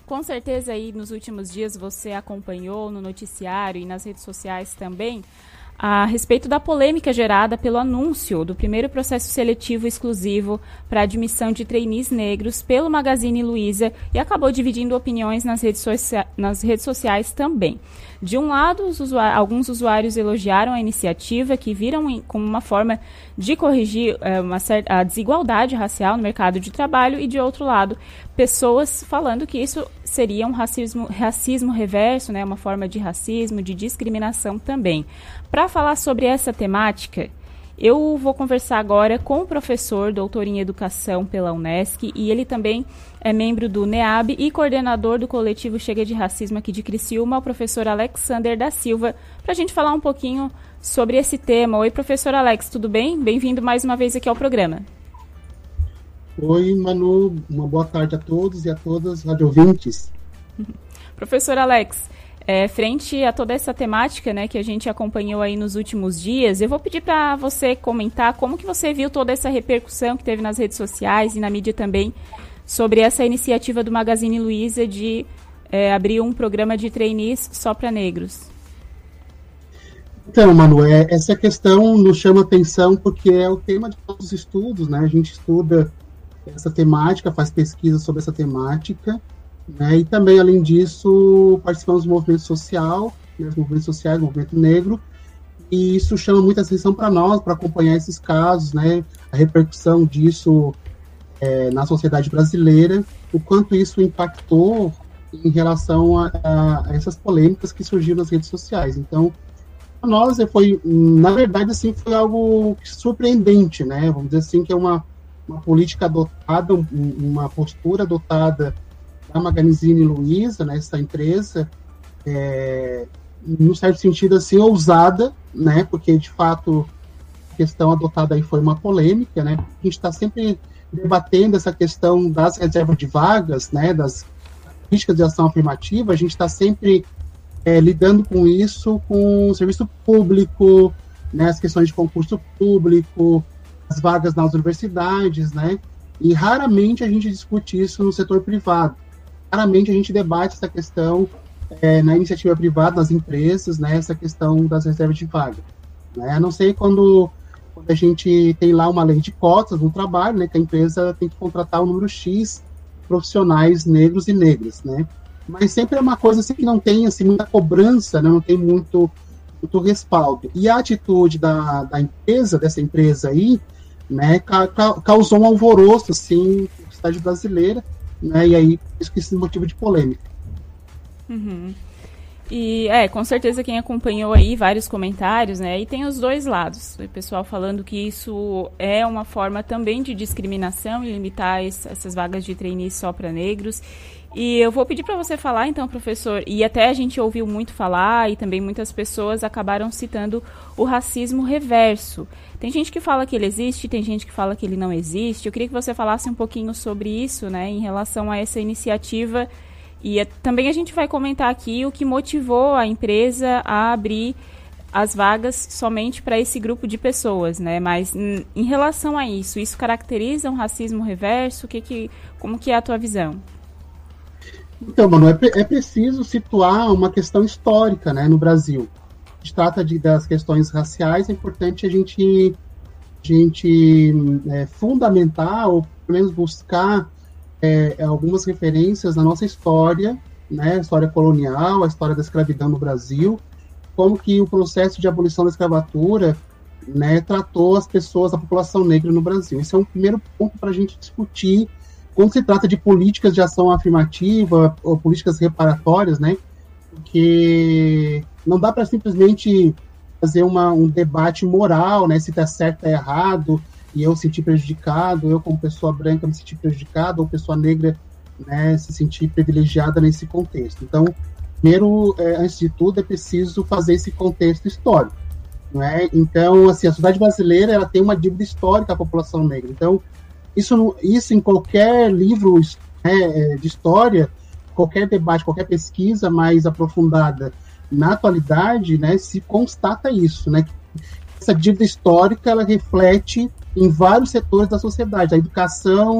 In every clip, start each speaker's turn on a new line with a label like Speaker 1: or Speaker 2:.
Speaker 1: Com certeza aí nos últimos dias você acompanhou no noticiário e nas redes sociais também a respeito da polêmica gerada pelo anúncio do primeiro processo seletivo exclusivo para admissão de trainees negros pelo Magazine Luiza e acabou dividindo opiniões nas redes sociais também. De um lado, alguns usuários elogiaram a iniciativa, que viram como uma forma de corrigir a desigualdade racial no mercado de trabalho, e de outro lado, pessoas falando que isso seria um racismo reverso, né, uma forma de racismo, de discriminação também. Para falar sobre essa temática, eu vou conversar agora com o professor, doutor em Educação pela Unesc, e ele também é membro do NEAB e coordenador do coletivo Chega de Racismo aqui de Criciúma, o professor Alexander da Silva, para a gente falar um pouquinho sobre esse tema. Oi, professor Alex, tudo bem? Bem-vindo mais uma vez aqui ao programa.
Speaker 2: Oi, Manu, uma boa tarde a todos e a todas, rádio ouvintes.
Speaker 1: Professor Alex, frente a toda essa temática, né, que a gente acompanhou aí nos últimos dias, eu vou pedir para você comentar como que você viu toda essa repercussão que teve nas redes sociais e na mídia também sobre essa iniciativa do Magazine Luiza de abrir um programa de trainees só para negros.
Speaker 2: Então, Manu, essa questão nos chama atenção porque é o tema de todos os estudos, né? A gente estuda essa temática, faz pesquisa sobre essa temática, né? E também, além disso, participamos do movimento social, né? Os movimentos sociais, movimento negro, e isso chama muita atenção para nós, para acompanhar esses casos, né? A repercussão disso na sociedade brasileira, o quanto isso impactou em relação a essas polêmicas que surgiram nas redes sociais. Então, para nós foi, na verdade, assim, foi algo surpreendente, né? Vamos dizer assim, que é uma política adotada, uma postura adotada da Magazine Luiza, né, essa empresa, num certo sentido, assim, ousada, né? Porque, de fato, a questão adotada aí foi uma polêmica, né? A gente está sempre debatendo essa questão das reservas de vagas, né, das políticas de ação afirmativa. A gente está sempre lidando com isso, com o serviço público, né, as questões de concurso público, as vagas nas universidades, né, e raramente a gente discute isso no setor privado. Raramente a gente debate essa questão na iniciativa privada, nas empresas, né, essa questão das reservas de vaga, né, a não ser quando a gente tem lá uma lei de cotas no trabalho, né, que a empresa tem que contratar um número X de profissionais negros e negras, né, mas sempre é uma coisa assim que não tem assim, muita cobrança, né, não tem muito respaldo. E a atitude dessa empresa aí, né, causou um alvoroço assim, na sociedade brasileira, né, e aí isso que esse motivo de polêmica.
Speaker 1: Uhum. E com certeza quem acompanhou aí vários comentários, né, e tem os dois lados, o pessoal falando que isso é uma forma também de discriminação e limitar essas vagas de trainee só para negros. E eu vou pedir para você falar, então, professor, e até a gente ouviu muito falar, e também muitas pessoas acabaram citando o racismo reverso. Tem gente que fala que ele existe, tem gente que fala que ele não existe. Eu queria que você falasse um pouquinho sobre isso, né, em relação a essa iniciativa. E também a gente vai comentar aqui o que motivou a empresa a abrir as vagas somente para esse grupo de pessoas, né? Mas em relação a isso caracteriza um racismo reverso? Como que é a tua visão?
Speaker 2: Então, Manu, é preciso situar uma questão histórica, né, no Brasil. A gente trata das questões raciais, é importante a gente fundamentar, ou pelo menos buscar algumas referências na nossa história, né, a história colonial, a história da escravidão no Brasil, como que o processo de abolição da escravatura, né, tratou as pessoas, a população negra no Brasil. Esse é um primeiro ponto para a gente discutir quando se trata de políticas de ação afirmativa ou políticas reparatórias, né, porque não dá para simplesmente fazer um debate moral, né, se está certo ou errado, e eu sentir prejudicado, eu como pessoa branca me sentir prejudicado, ou pessoa negra, né, se sentir privilegiada nesse contexto. Então, primeiro, antes de tudo, é preciso fazer esse contexto histórico, não é? Então, assim, a sociedade brasileira, ela tem uma dívida histórica à população negra. Então, isso em qualquer livro de história, qualquer debate, qualquer pesquisa mais aprofundada na atualidade, né, se constata isso, né? Essa dívida histórica, ela reflete em vários setores da sociedade, a educação,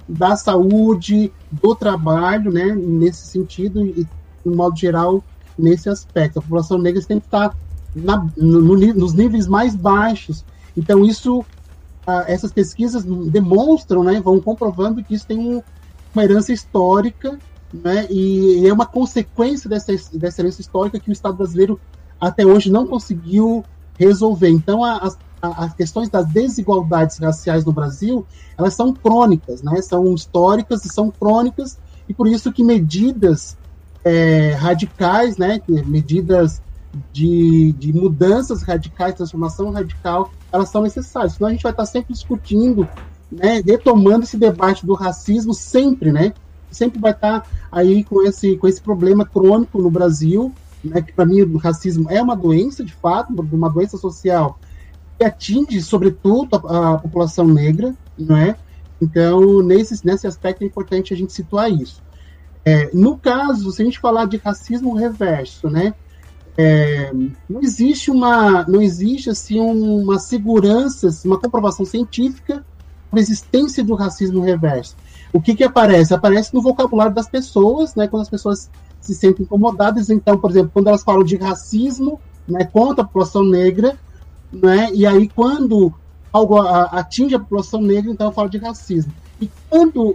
Speaker 2: da saúde, do trabalho, né, nesse sentido, e, de modo geral, nesse aspecto. A população negra tem que estar nos níveis mais baixos. Então, isso, essas pesquisas demonstram, né, vão comprovando que isso tem uma herança histórica, né, e é uma consequência dessa herança histórica que o Estado brasileiro até hoje não conseguiu resolver. Então, as questões das desigualdades raciais no Brasil, elas são crônicas, né, são históricas e são crônicas, e por isso que medidas radicais, né, medidas de mudanças radicais, transformação radical, elas são necessárias. Senão a gente vai estar sempre discutindo, né, retomando esse debate do racismo sempre, né, sempre vai estar aí com esse problema crônico no Brasil, né, que para mim o racismo é uma doença, de fato, uma doença social que atinge, sobretudo, a população negra, não é? Então, nesse aspecto é importante a gente situar isso. No caso, se a gente falar de racismo reverso, né, não existe assim, uma segurança, uma comprovação científica da existência do racismo reverso. O que aparece? Aparece no vocabulário das pessoas, né, quando as pessoas se sentem incomodadas. Então, por exemplo, quando elas falam de racismo, né, contra a população negra, né, e aí quando algo atinge a população negra, então eu falo de racismo. E quando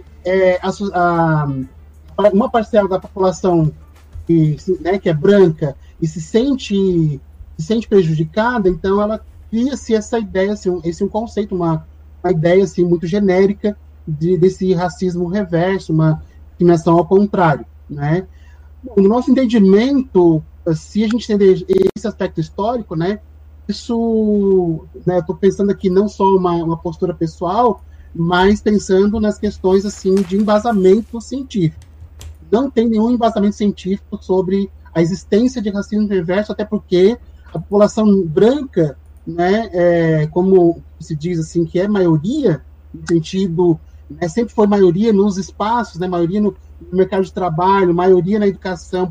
Speaker 2: uma parcela da população que é branca e se sente prejudicada, então ela cria-se essa ideia, assim, esse conceito, uma ideia assim, muito genérica desse racismo reverso, uma discriminação ao contrário, né? Bom, no nosso entendimento, se a gente entender esse aspecto histórico, né, isso, né, eu estou pensando aqui não só uma postura pessoal, mas pensando nas questões assim de embasamento científico. Não tem nenhum embasamento científico sobre a existência de racismo reverso, até porque a população branca, né, como se diz assim, que é maioria, no sentido, né, sempre foi maioria nos espaços, né, maioria no mercado de trabalho, maioria na educação,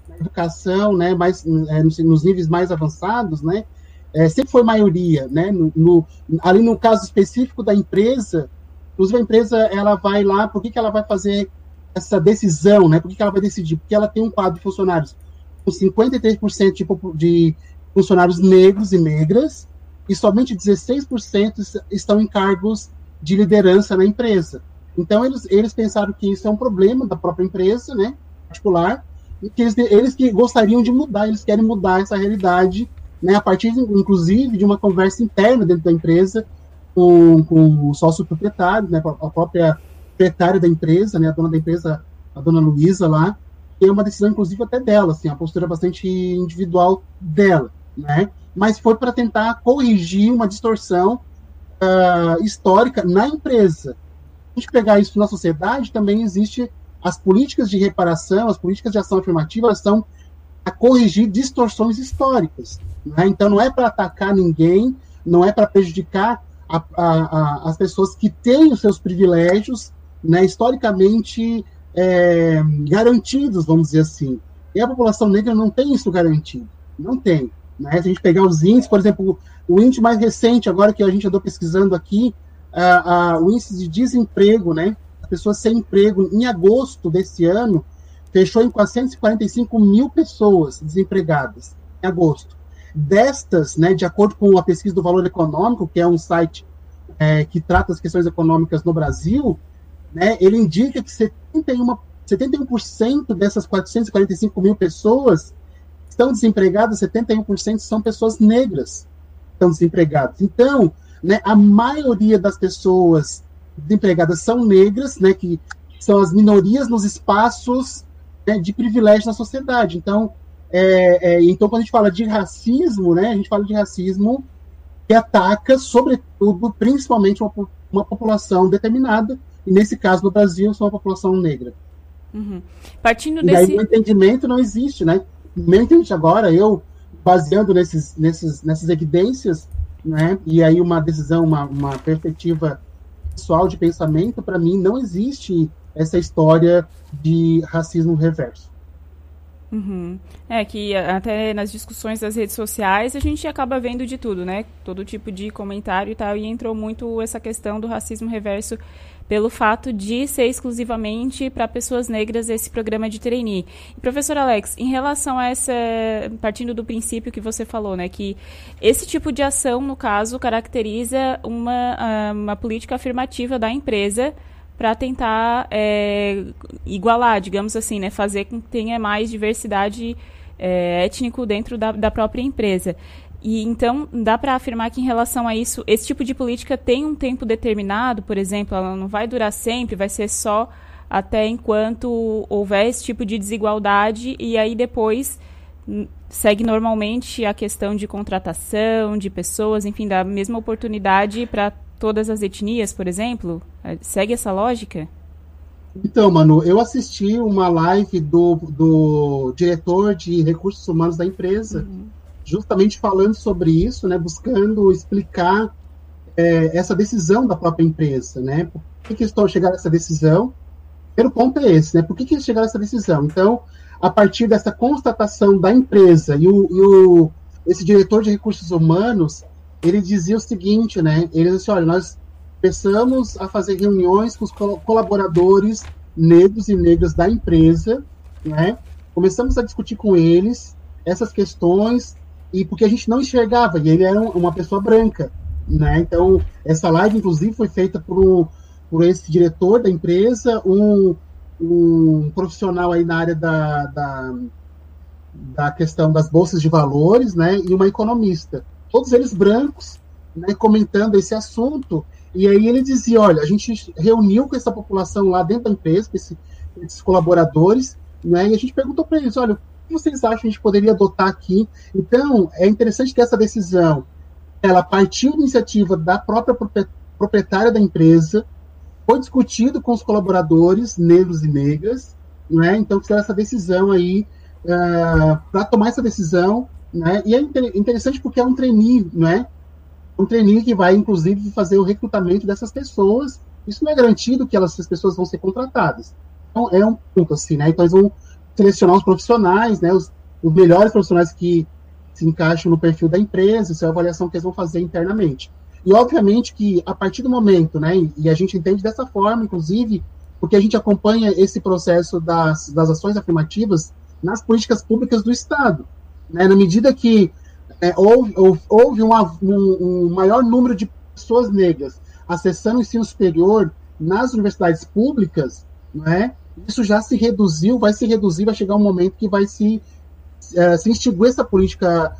Speaker 2: né, mais, nos níveis mais avançados, né, sempre foi maioria, né, ali no caso específico da empresa, inclusive a empresa, ela vai lá, por que ela vai fazer essa decisão, né, por que ela vai decidir? Porque ela tem um quadro de funcionários com 53% de funcionários negros e negras, e somente 16% estão em cargos de liderança na empresa. Então, eles pensaram que isso é um problema da própria empresa, né, particular, e que eles que gostariam de mudar, eles querem mudar essa realidade, né, a partir, inclusive, de uma conversa interna dentro da empresa com o sócio proprietário, né, a própria proprietária da empresa, né, a dona da empresa, a dona Luísa lá, que é uma decisão, inclusive, até dela, assim, a postura bastante individual dela, né, mas foi para tentar corrigir uma distorção histórica na empresa. Se a gente pegar isso na sociedade, também existe as políticas de reparação, as políticas de ação afirmativa, elas são a corrigir distorções históricas, né? Então não é para atacar ninguém, não é para prejudicar as pessoas que têm os seus privilégios, né, historicamente garantidos, vamos dizer assim. E a população negra não tem isso garantido, não tem. Né? Se a gente pegar os índices, por exemplo, o índice mais recente, agora que a gente andou pesquisando aqui, o índice de desemprego, né? As pessoas sem emprego, em agosto desse ano, fechou em 445 mil pessoas desempregadas, em agosto. Destas, né, de acordo com a pesquisa do Valor Econômico, que é um site que trata as questões econômicas no Brasil, né, ele indica que 71% dessas 445 mil pessoas estão desempregadas, 71% são pessoas negras que estão desempregadas. Então, né, a maioria das pessoas desempregadas são negras, né, que são as minorias nos espaços, né, de privilégio na sociedade. Então, então, quando a gente fala de racismo, né, a gente fala de racismo que ataca, sobretudo, principalmente uma população determinada, e nesse caso, no Brasil, são a população negra.
Speaker 1: Uhum. Partindo
Speaker 2: e aí o entendimento não existe, né? Meu entendimento agora, eu, baseando nessas evidências, né, e aí uma decisão, uma perspectiva pessoal de pensamento, para mim, não existe essa história de racismo reverso.
Speaker 1: Uhum. Que até nas discussões das redes sociais a gente acaba vendo de tudo, né? Todo tipo de comentário e tal, e entrou muito essa questão do racismo reverso pelo fato de ser exclusivamente para pessoas negras esse programa de trainee. E, professor Alex, em relação a essa, partindo do princípio que você falou, né, que esse tipo de ação, no caso, caracteriza uma política afirmativa da empresa para tentar igualar, digamos assim, né, fazer com que tenha mais diversidade étnico dentro da própria empresa. E então dá para afirmar que em relação a isso, esse tipo de política tem um tempo determinado, por exemplo, ela não vai durar sempre, vai ser só até enquanto houver esse tipo de desigualdade, e aí depois segue normalmente a questão de contratação de pessoas, enfim, da mesma oportunidade para todas as etnias, por exemplo? Segue essa lógica?
Speaker 2: Então, Manu, eu assisti uma live do diretor de recursos humanos da empresa, justamente falando sobre isso, né, buscando explicar essa decisão da própria empresa, né? Por que eles estão chegando a essa decisão? O primeiro ponto é esse, né? Por que eles chegaram a essa decisão? Então, a partir dessa constatação da empresa, esse diretor de recursos humanos, ele dizia o seguinte, né? Ele disse, olha, nós começamos a fazer reuniões com os colaboradores negros e negras da empresa, né? Começamos a discutir com eles essas questões, e porque a gente não enxergava, e ele era uma pessoa branca, né? Então, essa live, inclusive, foi feita por esse diretor da empresa, um profissional aí na área da questão das bolsas de valores, né? E uma economista. Todos eles brancos, né? Comentando esse assunto. E aí ele dizia, olha, a gente reuniu com essa população lá dentro da empresa, com esses colaboradores, né? E a gente perguntou para eles, olha, que vocês acham que a gente poderia adotar aqui? Então, é interessante que essa decisão, ela partiu da iniciativa da própria proprietária da empresa, foi discutido com os colaboradores negros e negras, né? Então, fizeram essa decisão aí, para tomar essa decisão, né? E é interessante porque é um trainee, né? Um trainee que vai, inclusive, fazer o recrutamento dessas pessoas. Isso não é garantido que essas pessoas vão ser contratadas. Então, é um ponto assim, né? Então, eles vão selecionar os profissionais, né, os melhores profissionais que se encaixam no perfil da empresa, isso é a avaliação que eles vão fazer internamente. E, obviamente, que a partir do momento, né, e a gente entende dessa forma, inclusive, porque a gente acompanha esse processo das ações afirmativas nas políticas públicas do Estado. Né, na medida que houve um maior número de pessoas negras acessando o ensino superior nas universidades públicas, né, isso já se reduziu, vai chegar um momento que vai se extinguir essa política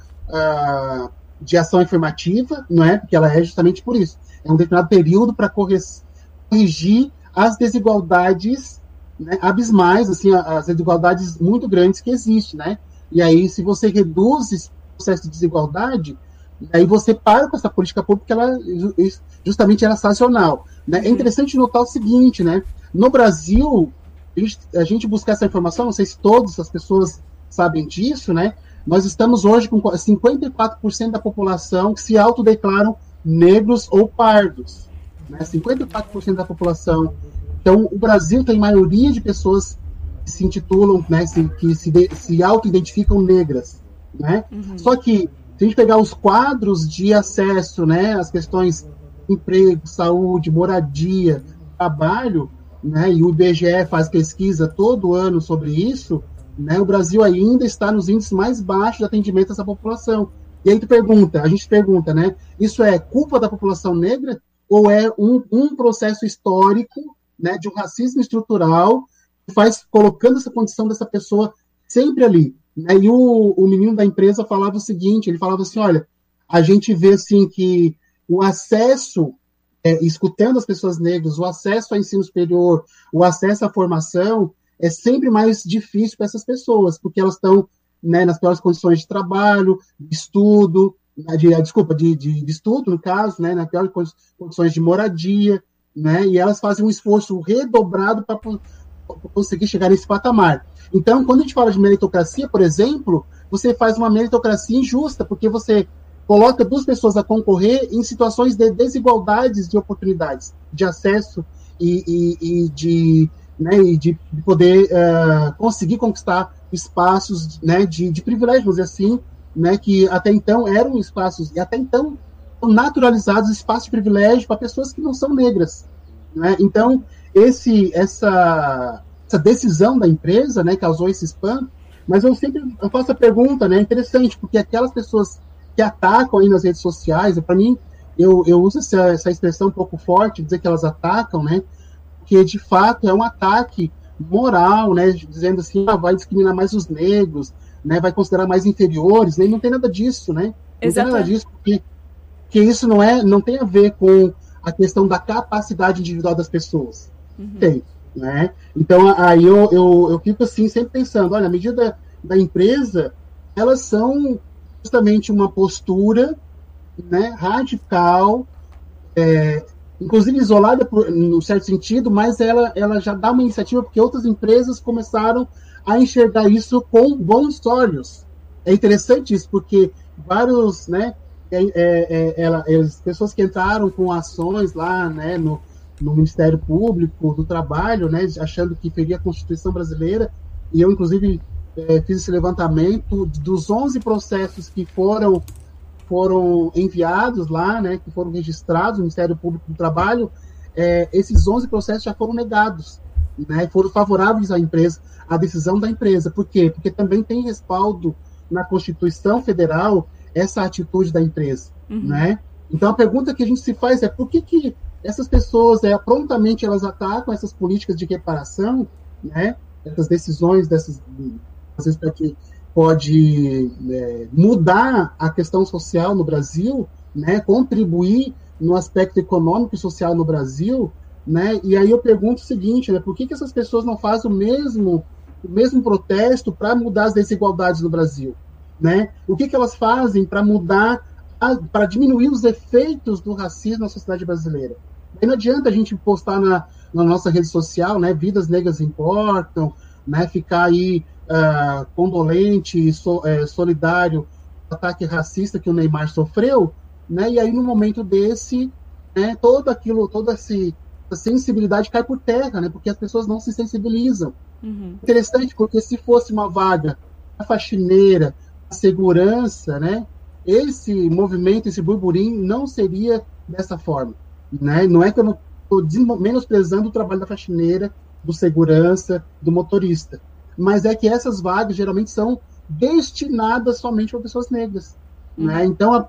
Speaker 2: de ação afirmativa, não é? Porque ela é justamente por isso. É um determinado período para corrigir as desigualdades, né, abismais, assim, as desigualdades muito grandes que existem, né? E aí, se você reduz esse processo de desigualdade, aí você para com essa política pública, ela justamente era sazonal, né? É interessante notar o seguinte, né? No Brasil, a gente buscar essa informação, não sei se todas as pessoas sabem disso, né? Nós estamos hoje com 54% da população que se autodeclaram negros ou pardos, né? 54% da população. Então, o Brasil tem maioria de pessoas que se intitulam, né, que se auto-identificam negras, né? Só que, se a gente pegar os quadros de acesso, né, as questões de emprego, saúde, moradia, trabalho, né, e o IBGE faz pesquisa todo ano sobre isso, né, o Brasil ainda está nos índices mais baixos de atendimento a essa população. E aí a gente pergunta, né, isso é culpa da população negra ou é um processo histórico, né, de um racismo estrutural que faz colocando essa condição dessa pessoa sempre ali, né? E o menino da empresa falava o seguinte, ele falava assim, olha, a gente vê assim que o acesso, escutando as pessoas negras, o acesso ao ensino superior, o acesso à formação é sempre mais difícil para essas pessoas, porque elas estão, né, nas piores condições de trabalho, de estudo, de estudo, no caso, né, nas piores condições de moradia, né, e elas fazem um esforço redobrado para conseguir chegar nesse patamar. Então, quando a gente fala de meritocracia, por exemplo, você faz uma meritocracia injusta, porque você coloca duas pessoas a concorrer em situações de desigualdades de oportunidades, de acesso e de poder conseguir conquistar espaços, né, de privilégio, vamos dizer assim, né, que até então eram espaços, e até então são naturalizados espaços de privilégio para pessoas que não são negras, né? Então, essa decisão da empresa, né, causou esse espanto, mas eu faço a pergunta, né, interessante, porque aquelas pessoas que atacam aí nas redes sociais, para mim, eu uso essa expressão um pouco forte, dizer que elas atacam, né, porque de fato é um ataque moral, né, dizendo assim, vai discriminar mais os negros, né, vai considerar mais inferiores, né, e não tem nada disso, né, não tem nada disso, porque isso não tem a ver com a questão da capacidade individual das pessoas. Tem, né? Então, aí eu fico assim, sempre pensando, olha, a medida da empresa, elas são justamente uma postura, né, radical, inclusive isolada no certo sentido, mas ela já dá uma iniciativa porque outras empresas começaram a enxergar isso com bons olhos. É interessante isso, porque vários, né, as pessoas que entraram com ações lá, né, no Ministério Público do Trabalho, né, achando que feria a Constituição brasileira, e eu, inclusive, fiz esse levantamento dos 11 processos que foram enviados lá, né, que foram registrados no Ministério Público do Trabalho, esses 11 processos já foram negados, né, foram favoráveis à empresa, à decisão da empresa. Por quê? Porque também tem respaldo na Constituição Federal essa atitude da empresa, né? Então, a pergunta que a gente se faz é por que essas pessoas, prontamente, elas atacam essas políticas de reparação, né? Essas decisões, às vezes, para que pode mudar a questão social no Brasil, né? Contribuir no aspecto econômico e social no Brasil, né? E aí eu pergunto o seguinte, né? Por que essas pessoas não fazem o mesmo protesto para mudar as desigualdades no Brasil? Né? O que elas fazem para mudar, para diminuir os efeitos do racismo na sociedade brasileira? Aí não adianta a gente postar na nossa rede social, né, vidas negras importam, né, ficar aí condolente e solidário com o ataque racista que o Neymar sofreu, né, e aí no momento desse, né, toda essa sensibilidade cai por terra, né, porque as pessoas não se sensibilizam. Interessante, porque se fosse uma vaga a faxineira, a segurança, né, esse movimento, esse burburinho não seria dessa forma, né? Não é que eu não estou menosprezando o trabalho da faxineira, do segurança, do motorista, mas é que essas vagas geralmente são destinadas somente para pessoas negras, né? Então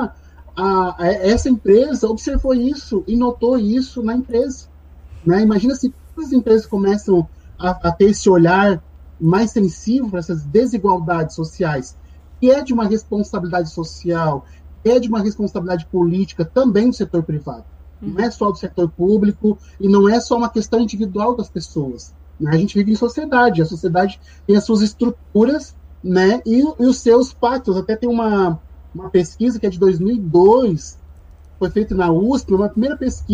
Speaker 2: essa empresa observou isso e notou isso na empresa, né? Imagina se as empresas começam a ter esse olhar mais sensível para essas desigualdades sociais, que é de uma responsabilidade social, é de uma responsabilidade política também do setor privado. Não é só do setor público e não é só uma questão individual das pessoas, né? A gente vive em sociedade, a sociedade tem as suas estruturas, né, e os seus pactos. Até tem uma pesquisa que é de 2002, foi feita na USP, uma primeira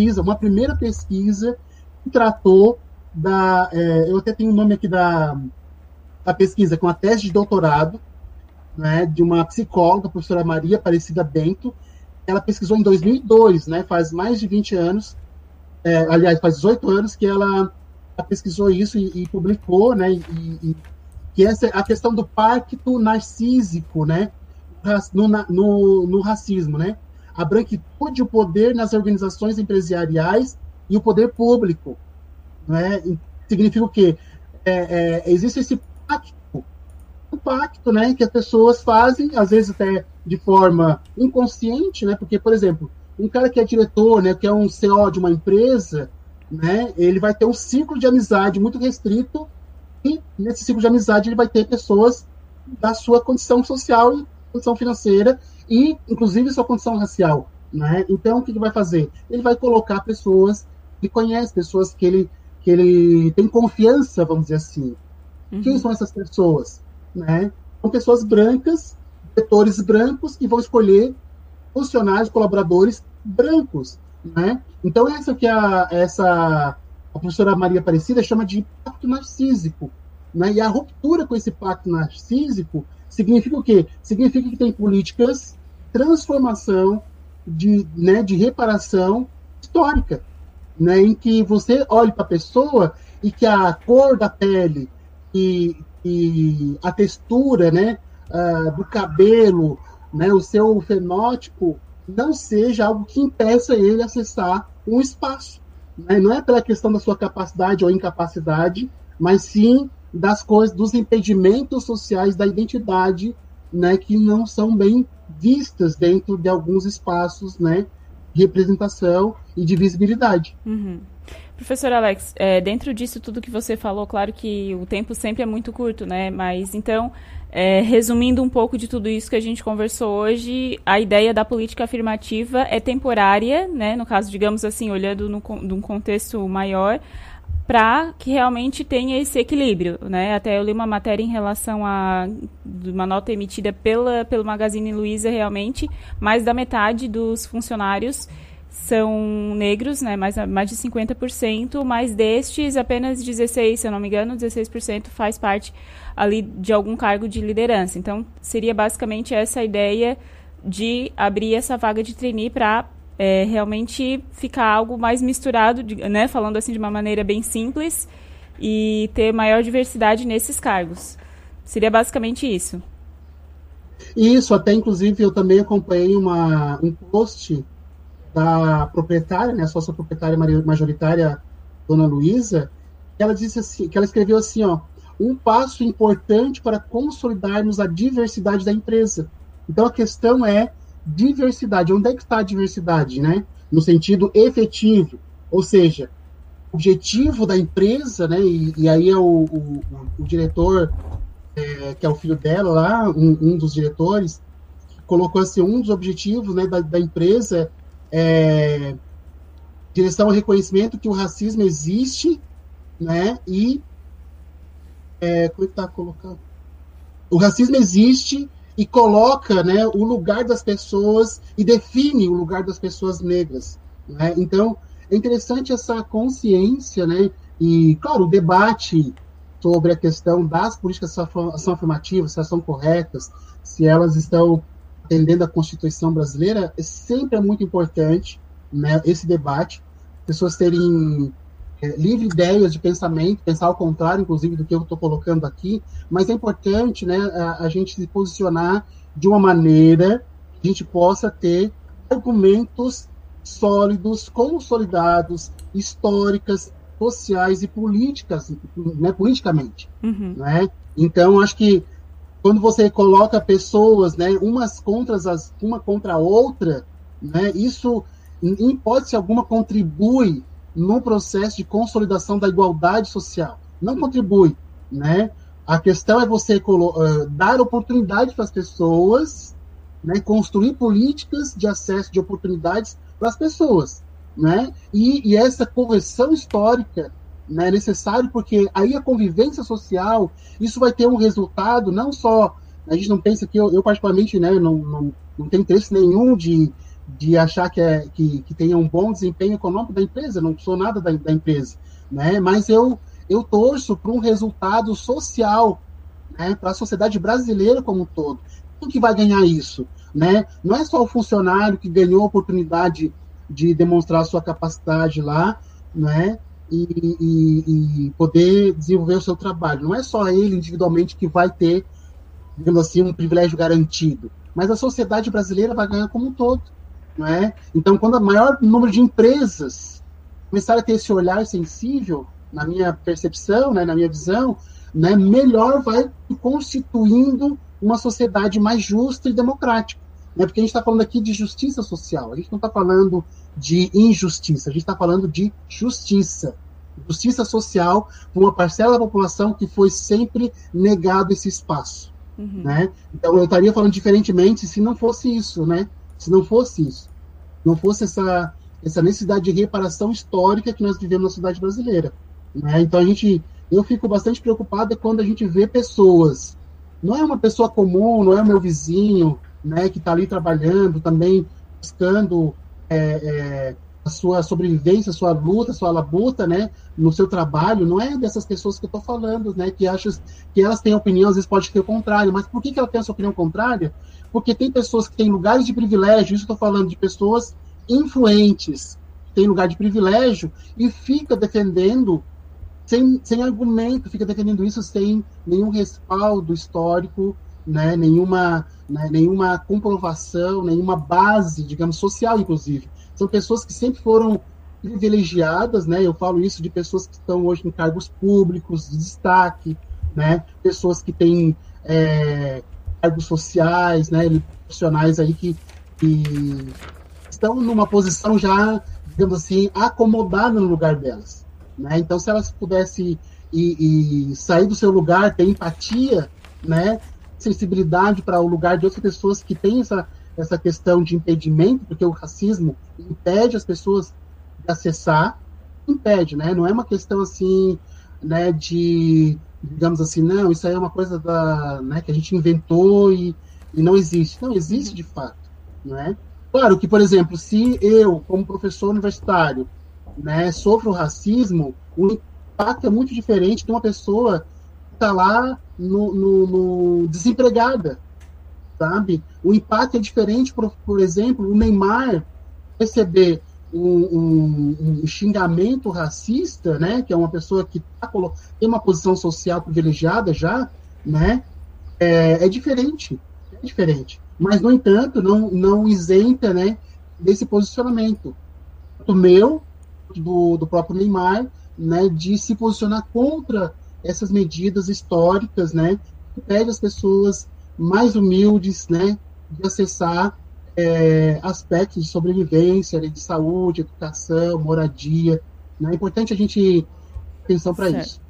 Speaker 2: pesquisa que tratou eu até tenho o nome aqui da pesquisa, com a tese de doutorado, né, de uma psicóloga, a professora Maria Aparecida Bento. Ela pesquisou em 2002, né, faz mais de 20 anos, aliás, faz 18 anos que ela pesquisou isso e publicou, né, que essa é a questão do pacto narcísico, né, no racismo, né, a branquitude e o poder nas organizações empresariais e o poder público, né, significa o quê? Existe esse pacto, né, que as pessoas fazem, às vezes até de forma inconsciente, né, porque, por exemplo, um cara que é diretor, né, que é um CO de uma empresa, né, ele vai ter um ciclo de amizade muito restrito e nesse ciclo de amizade ele vai ter pessoas da sua condição social e condição financeira e, inclusive, sua condição racial, né? Então, o que ele vai fazer? Ele vai colocar pessoas que conhece, pessoas que ele tem confiança, vamos dizer assim. Quem são essas pessoas? Né? São pessoas brancas, diretores brancos, que vão escolher funcionários, colaboradores brancos, né? Então, essa que a professora Maria Aparecida chama de pacto narcísico, né? E a ruptura com esse pacto narcísico significa o quê? Significa que tem políticas de transformação, de reparação histórica, né? Em que você olhe para a pessoa e que a cor da pele e a textura, né, do cabelo, né, o seu fenótipo, não seja algo que impeça ele acessar um espaço, né? Não é pela questão da sua capacidade ou incapacidade, mas sim das coisas, dos impedimentos sociais da identidade, né, que não são bem vistas dentro de alguns espaços, né, de representação e de visibilidade.
Speaker 1: Uhum. Professor Alex, dentro disso tudo que você falou, claro que o tempo sempre é muito curto, né? Mas então, resumindo um pouco de tudo isso que a gente conversou hoje, a ideia da política afirmativa é temporária, né? No caso, digamos assim, olhando num contexto maior, para que realmente tenha esse equilíbrio, né? Até eu li uma matéria em relação a uma nota emitida pelo Magazine Luiza, realmente, mais da metade dos funcionários são negros, né, mais de 50%, mas destes apenas 16%, se eu não me engano, 16% faz parte ali de algum cargo de liderança. Então, seria basicamente essa ideia de abrir essa vaga de trainee para realmente ficar algo mais misturado, né, falando assim de uma maneira bem simples, e ter maior diversidade nesses cargos. Seria basicamente isso.
Speaker 2: Isso, até inclusive eu também acompanhei um post da proprietária, né, a sócia proprietária majoritária, Dona Luísa, ela disse assim, que ela escreveu assim, ó, um passo importante para consolidarmos a diversidade da empresa. Então a questão é diversidade. Onde é que está a diversidade, né? No sentido efetivo, ou seja, o objetivo da empresa, né? E aí é o diretor, que é o filho dela lá, um dos diretores, colocou assim, um dos objetivos, né, da empresa direção ao reconhecimento que o racismo existe, né, e como é que tá colocando? O racismo existe e coloca, né, o lugar das pessoas e define o lugar das pessoas negras, né? Então é interessante essa consciência, né, e claro, o debate sobre a questão das políticas de ação afirmativa, se elas são corretas, se elas estão atendendo a Constituição brasileira, sempre é muito importante, né, esse debate, pessoas terem livre ideias de pensamento, pensar ao contrário, inclusive, do que eu estou colocando aqui, mas é importante, né, a gente se posicionar de uma maneira que a gente possa ter argumentos sólidos, consolidados, históricas, sociais e políticas, né, politicamente.
Speaker 1: Uhum.
Speaker 2: Né? Então, acho que quando você coloca pessoas, né, uma contra a outra, né, isso, em hipótese alguma, contribui no processo de consolidação da igualdade social. Não contribui, né? A questão é você dar oportunidade para as pessoas, né, construir políticas de acesso de oportunidades para as pessoas, né? E essa correção histórica, né, é necessário, porque aí a convivência social, isso vai ter um resultado, não só, a gente não pensa que eu particularmente, né, não tenho interesse nenhum de achar que tenha um bom desempenho econômico da empresa, não sou nada da empresa, né, mas eu torço para um resultado social, né, para a sociedade brasileira como um todo. Quem que vai ganhar isso? Né? Não é só o funcionário que ganhou a oportunidade de demonstrar sua capacidade lá, né, e poder desenvolver o seu trabalho. Não é só ele individualmente que vai ter, digamos assim, um privilégio garantido, mas a sociedade brasileira vai ganhar como um todo. Não é? Então, quando o maior número de empresas começar a ter esse olhar sensível, na minha percepção, né, na minha visão, né, melhor vai constituindo uma sociedade mais justa e democrática. Né? Porque a gente está falando aqui de justiça social, a gente não está falando de injustiça, a gente está falando de justiça. Justiça social para uma parcela da população que foi sempre negado esse espaço. Uhum. Né? Então, eu estaria falando diferentemente se não fosse isso, né? Se não fosse isso, não fosse essa necessidade de reparação histórica que nós vivemos na sociedade brasileira. Né? Então, eu fico bastante preocupada quando a gente vê pessoas, não é uma pessoa comum, não é o meu vizinho, né, que está ali trabalhando, também buscando a sua sobrevivência, a sua luta, a sua labuta, né, no seu trabalho, não é dessas pessoas que eu estou falando, né, que acham que elas têm opinião, às vezes pode ter o contrário, mas por que ela tem essa opinião contrária? Porque tem pessoas que têm lugares de privilégio, isso estou falando de pessoas influentes, que têm lugar de privilégio e fica defendendo sem argumento, fica defendendo isso sem nenhum respaldo histórico, né, nenhuma comprovação, nenhuma base, digamos, social, inclusive. São pessoas que sempre foram privilegiadas, né? Eu falo isso de pessoas que estão hoje em cargos públicos de destaque, né? Pessoas que têm cargos sociais, né? Profissionais aí que estão numa posição já, digamos assim, acomodada no lugar delas, né? Então, se elas pudessem e sair do seu lugar, ter empatia, né? Sensibilidade para o lugar de outras pessoas que têm essa questão de impedimento, porque o racismo impede as pessoas de acessar, impede, né? Não é uma questão assim, né, de, digamos assim, não, isso aí é uma coisa né, que a gente inventou e não existe. Não, existe de fato, né? Claro que, por exemplo, se eu, como professor universitário, né, sofro racismo, o impacto é muito diferente de uma pessoa que está lá no desempregada, sabe? O impacto é diferente, por exemplo, o Neymar receber um xingamento racista, né, que é uma pessoa que tem uma posição social privilegiada já, né, é diferente, é diferente. Mas, no entanto, não isenta, né, desse posicionamento do meu, do próprio Neymar, né, de se posicionar contra essas medidas históricas, né, que impedem as pessoas mais humildes, né, de acessar aspectos de sobrevivência, de saúde, educação, moradia. Né? É importante a gente ter atenção para isso.